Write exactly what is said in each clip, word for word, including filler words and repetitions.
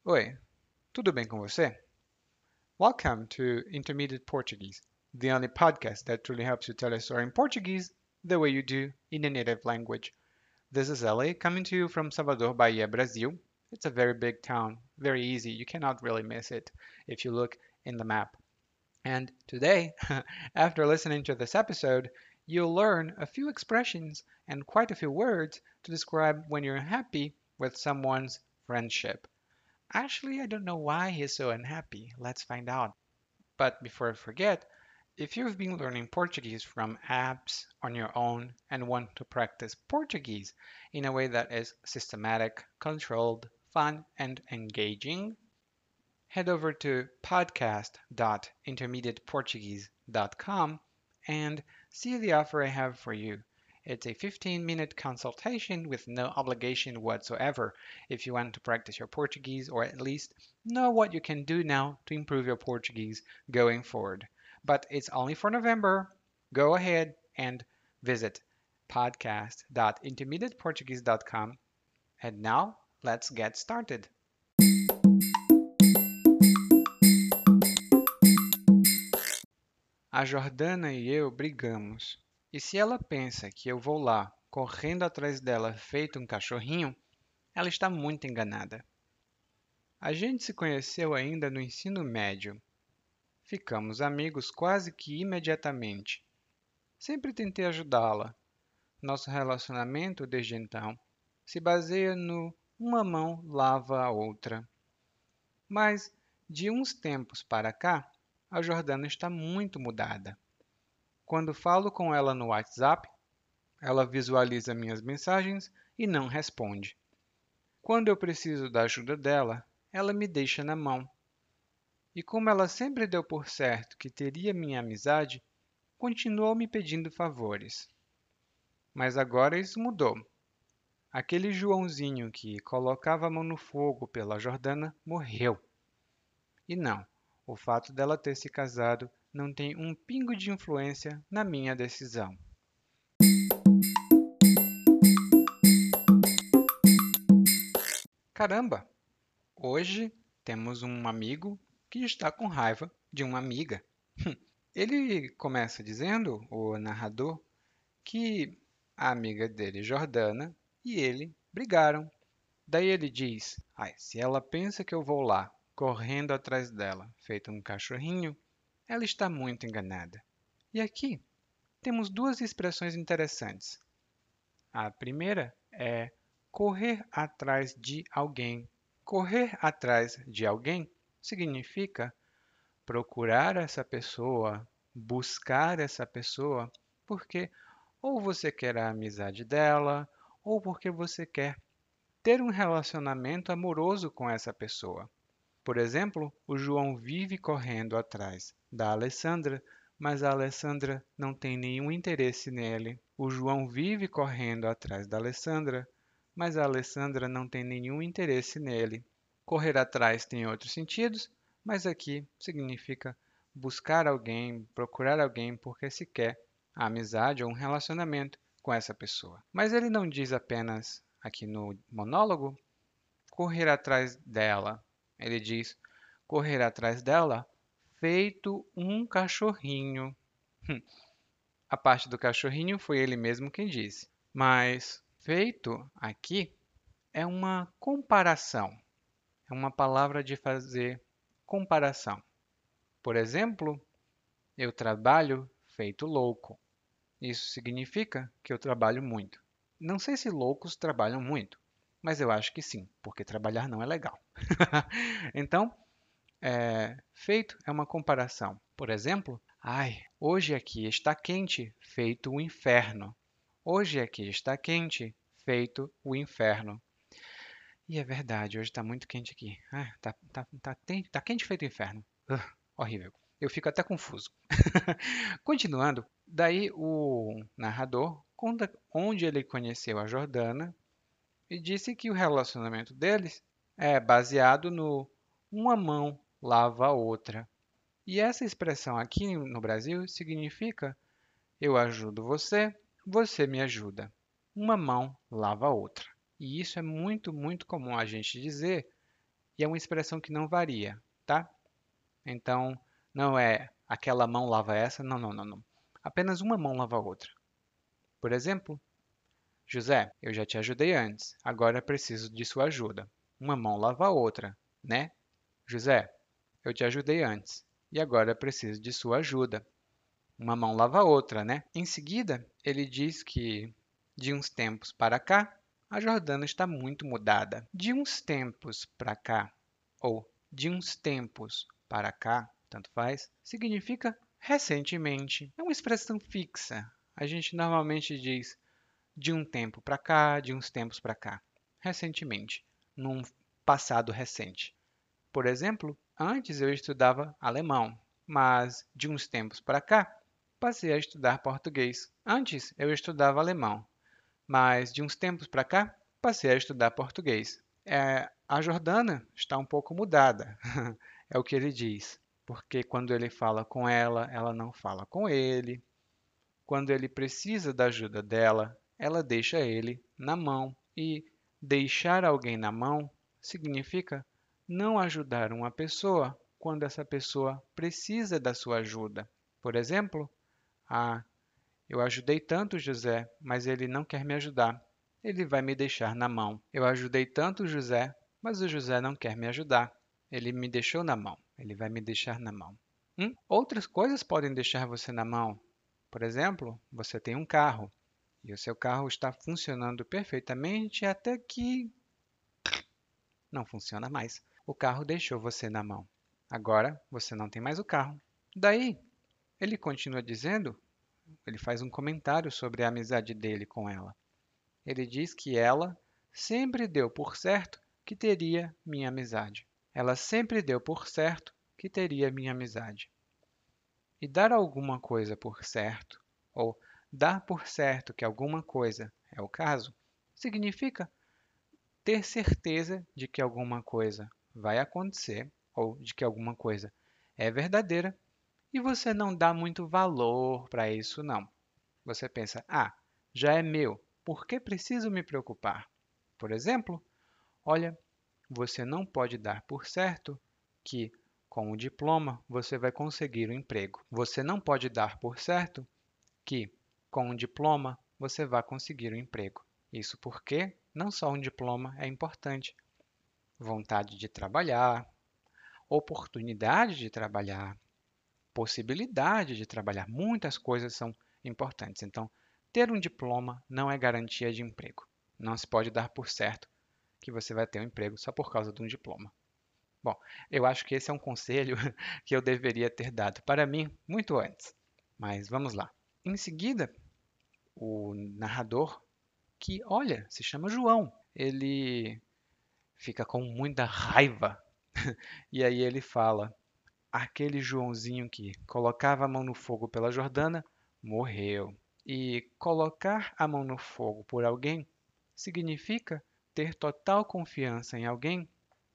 Oi, tudo bem com você? Welcome to Intermediate Portuguese, the only podcast that truly helps you tell a story in Portuguese the way you do in a native language. This is Ellie coming to you from Salvador, Bahia, Brazil. It's a very big town, very easy. You cannot really miss it if you look in the map. And today, after listening to this episode, you'll learn a few expressions and quite a few words to describe when you're happy with someone's friendship. Actually, I don't know why he's so unhappy. Let's find out. But before I forget, if you've been learning Portuguese from apps on your own and want to practice Portuguese in a way that is systematic, controlled, fun, and engaging, head over to podcast dot intermediate portuguese dot com and see the offer I have for you. It's a fifteen minute consultation with no obligation whatsoever if you want to practice your Portuguese or at least know what you can do now to improve your Portuguese going forward. But it's only for November. Go ahead and visit podcast dot intermediate portuguese dot com. And now let's get started. A Jordana e eu brigamos, e se ela pensa que eu vou lá, correndo atrás dela feito um cachorrinho, ela está muito enganada. A gente se conheceu ainda no ensino médio. Ficamos amigos quase que imediatamente. Sempre tentei ajudá-la. Nosso relacionamento, desde então, se baseia no uma mão lava a outra. Mas, de uns tempos para cá, a Jordana está muito mudada. Quando falo com ela no WhatsApp, ela visualiza minhas mensagens e não responde. Quando eu preciso da ajuda dela, ela me deixa na mão. E como ela sempre deu por certo que teria minha amizade, continuou me pedindo favores. Mas agora isso mudou. Aquele Joãozinho que colocava a mão no fogo pela Jordana morreu. E não, o fato dela ter se casado não tem um pingo de influência na minha decisão. Caramba! Hoje temos um amigo que está com raiva de uma amiga. Ele começa dizendo, o narrador, que a amiga dele, Jordana, e ele brigaram. Daí ele diz: Ai, se ela pensa que eu vou lá, correndo atrás dela, feito um cachorrinho, ela está muito enganada. E aqui temos duas expressões interessantes. A primeira é correr atrás de alguém. Correr atrás de alguém significa procurar essa pessoa, buscar essa pessoa, porque ou você quer a amizade dela, ou porque você quer ter um relacionamento amoroso com essa pessoa. Por exemplo, o João vive correndo atrás da Alessandra, mas a Alessandra não tem nenhum interesse nele. O João vive correndo atrás da Alessandra, mas a Alessandra não tem nenhum interesse nele. Correr atrás tem outros sentidos, mas aqui significa buscar alguém, procurar alguém porque se quer a amizade ou um relacionamento com essa pessoa. Mas ele não diz apenas aqui no monólogo correr atrás dela. Ele diz correr atrás dela feito um cachorrinho. A parte do cachorrinho foi ele mesmo quem disse. Mas feito aqui é uma comparação. É uma palavra de fazer comparação. Por exemplo, eu trabalho feito louco. Isso significa que eu trabalho muito. Não sei se loucos trabalham muito, mas eu acho que sim, porque trabalhar não é legal. Então, é, feito é uma comparação. Por exemplo, ai, hoje aqui está quente, feito o inferno. Hoje aqui está quente, feito o inferno. E é verdade, hoje está muito quente aqui. Ah, tá, tá, tá, tem- tá quente feito o inferno. Ugh, horrível. Eu fico até confuso. Continuando, daí o narrador conta onde ele conheceu a Jordana e disse que o relacionamento deles é baseado no uma mão lava a outra. E essa expressão aqui no Brasil significa eu ajudo você, você me ajuda. Uma mão lava a outra. E isso é muito, muito comum a gente dizer E é uma expressão que não varia, tá? Então, não é aquela mão lava essa, não, não, não, não. Apenas uma mão lava a outra. Por exemplo, José, eu já te ajudei antes, agora preciso de sua ajuda. Uma mão lava a outra, né? José, eu te ajudei antes e agora preciso de sua ajuda. Uma mão lava a outra, né? Em seguida, ele diz que de uns tempos para cá, a Jordana está muito mudada. De uns tempos para cá, ou de uns tempos para cá, tanto faz, significa recentemente. É uma expressão fixa. A gente normalmente diz de um tempo para cá, de uns tempos para cá, recentemente, num passado recente. Por exemplo, antes eu estudava alemão, mas de uns tempos para cá passei a estudar português. Antes eu estudava alemão, mas de uns tempos para cá passei a estudar português. É, a Jordana está um pouco mudada, é o que ele diz, porque quando ele fala com ela, ela não fala com ele. Quando ele precisa da ajuda dela, ela deixa ele na mão. E deixar alguém na mão significa não ajudar uma pessoa quando essa pessoa precisa da sua ajuda. Por exemplo, ah, eu ajudei tanto José, mas ele não quer me ajudar. Ele vai me deixar na mão. Eu ajudei tanto José, mas o José não quer me ajudar. Ele me deixou na mão. Ele vai me deixar na mão. Hum? Outras coisas podem deixar você na mão. Por exemplo, você tem um carro e o seu carro está funcionando perfeitamente até que não funciona mais. O carro deixou você na mão. Agora você não tem mais o carro. Daí, ele continua dizendo, ele faz um comentário sobre a amizade dele com ela. Ele diz que ela sempre deu por certo que teria minha amizade. Ela sempre deu por certo que teria minha amizade. E dar alguma coisa por certo, ou dar por certo que alguma coisa é o caso, significa ter certeza de que alguma coisa vai acontecer, ou de que alguma coisa é verdadeira, e você não dá muito valor para isso, não. Você pensa, ah, já é meu, por que preciso me preocupar? Por exemplo, olha, você não pode dar por certo que com o diploma você vai conseguir um emprego. Você não pode dar por certo que com um diploma você vai conseguir um emprego. Isso porque não só um diploma é importante. Vontade de trabalhar, oportunidade de trabalhar, possibilidade de trabalhar, muitas coisas são importantes. Então, ter um diploma não é garantia de emprego. Não se pode dar por certo que você vai ter um emprego só por causa de um diploma. Bom, eu acho que esse é um conselho que eu deveria ter dado para mim muito antes. Mas vamos lá. Em seguida, o narrador, que olha, se chama João, ele fica com muita raiva e aí ele fala: aquele Joãozinho que colocava a mão no fogo pela Jordana morreu. E colocar a mão no fogo por alguém significa ter total confiança em alguém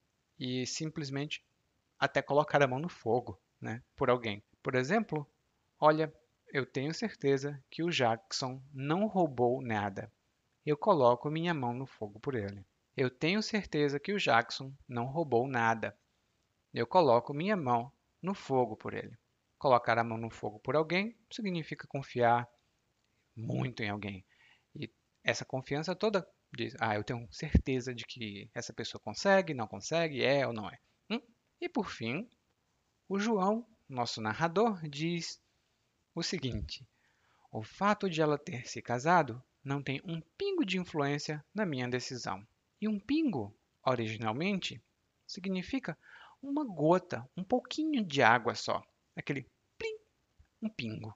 e simplesmente até colocar a mão no fogo, né, por alguém. Por exemplo, olha, eu tenho certeza que o Jackson não roubou nada. Eu coloco minha mão no fogo por ele. Eu tenho certeza que o Jackson não roubou nada. Eu coloco minha mão no fogo por ele. Colocar a mão no fogo por alguém significa confiar muito em alguém. E essa confiança toda diz: ah, eu tenho certeza de que essa pessoa consegue, não consegue, é ou não é. Hum? E por fim, o João, nosso narrador, diz o seguinte: o fato de ela ter se casado não tem um pingo de influência na minha decisão. E um pingo, originalmente, significa uma gota, um pouquinho de água só. Aquele plim, um pingo.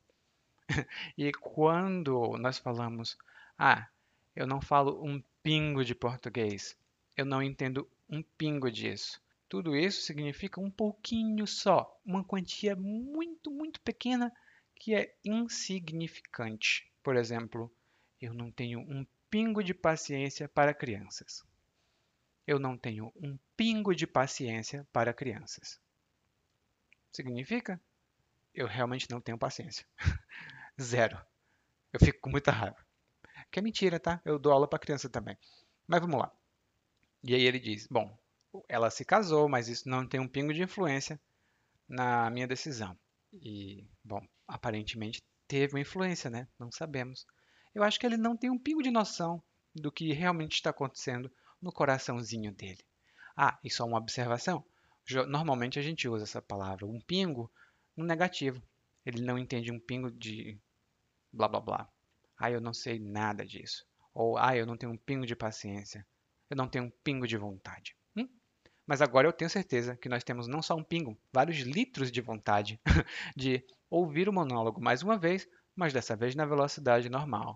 E quando nós falamos, ah, eu não falo um pingo de português, eu não entendo um pingo disso. Tudo isso significa um pouquinho só, uma quantia muito, muito pequena que é insignificante. Por exemplo, eu não tenho um pingo de paciência para crianças. Eu não tenho um pingo de paciência para crianças. Significa eu realmente não tenho paciência. Zero. Eu fico com muita raiva. Que é mentira, tá? Eu dou aula para criança também. Mas vamos lá. E aí ele diz: bom, Ela se casou, mas isso não tem um pingo de influência na minha decisão. E, bom, aparentemente teve uma influência, né? Não sabemos. Eu acho que ele não tem um pingo de noção do que realmente está acontecendo no coraçãozinho dele. Ah, e só uma observação. Jo- Normalmente a gente usa essa palavra, um pingo, no negativo. Ele não entende um pingo de blá blá blá. Ah, eu não sei nada disso. Ou, ah, eu não tenho um pingo de paciência. Eu não tenho um pingo de vontade. Hum? Mas agora eu tenho certeza que nós temos não só um pingo, vários litros de vontade de ouvir o monólogo mais uma vez, mas dessa vez na velocidade normal.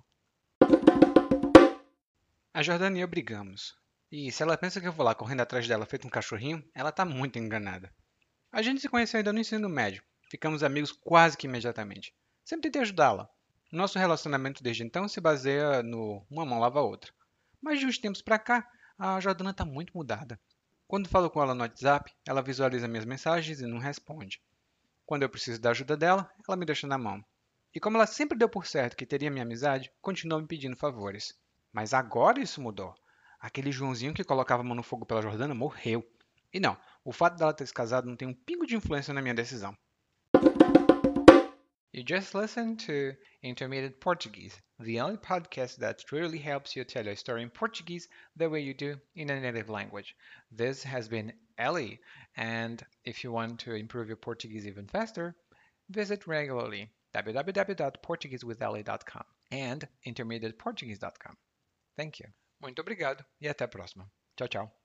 A Jordana e eu brigamos. E se ela pensa que eu vou lá correndo atrás dela feito um cachorrinho, ela tá muito enganada. A gente se conheceu ainda no ensino médio. Ficamos amigos quase que imediatamente. Sempre tentei ajudá-la. Nosso relacionamento desde então se baseia no uma mão lava a outra. Mas de uns tempos pra cá, a Jordana tá muito mudada. Quando falo com ela no WhatsApp, ela visualiza minhas mensagens e não responde. Quando eu preciso da ajuda dela, ela me deixa na mão. E como ela sempre deu por certo que teria minha amizade, continua me pedindo favores. Mas agora isso mudou. Aquele Joãozinho que colocava a mão no fogo pela Jordana morreu. E não, o fato dela ter se casado não tem um pingo de influência na minha decisão. You just listened to Intermediate Portuguese, the only podcast that truly helps you tell your story in Portuguese the way you do in a native language. This has been Ellie, and if you want to improve your Portuguese even faster, visit regularly w w w dot portuguese with ellie dot com and intermediate portuguese dot com. Thank you. Muito obrigado e até a próxima. Tchau, tchau.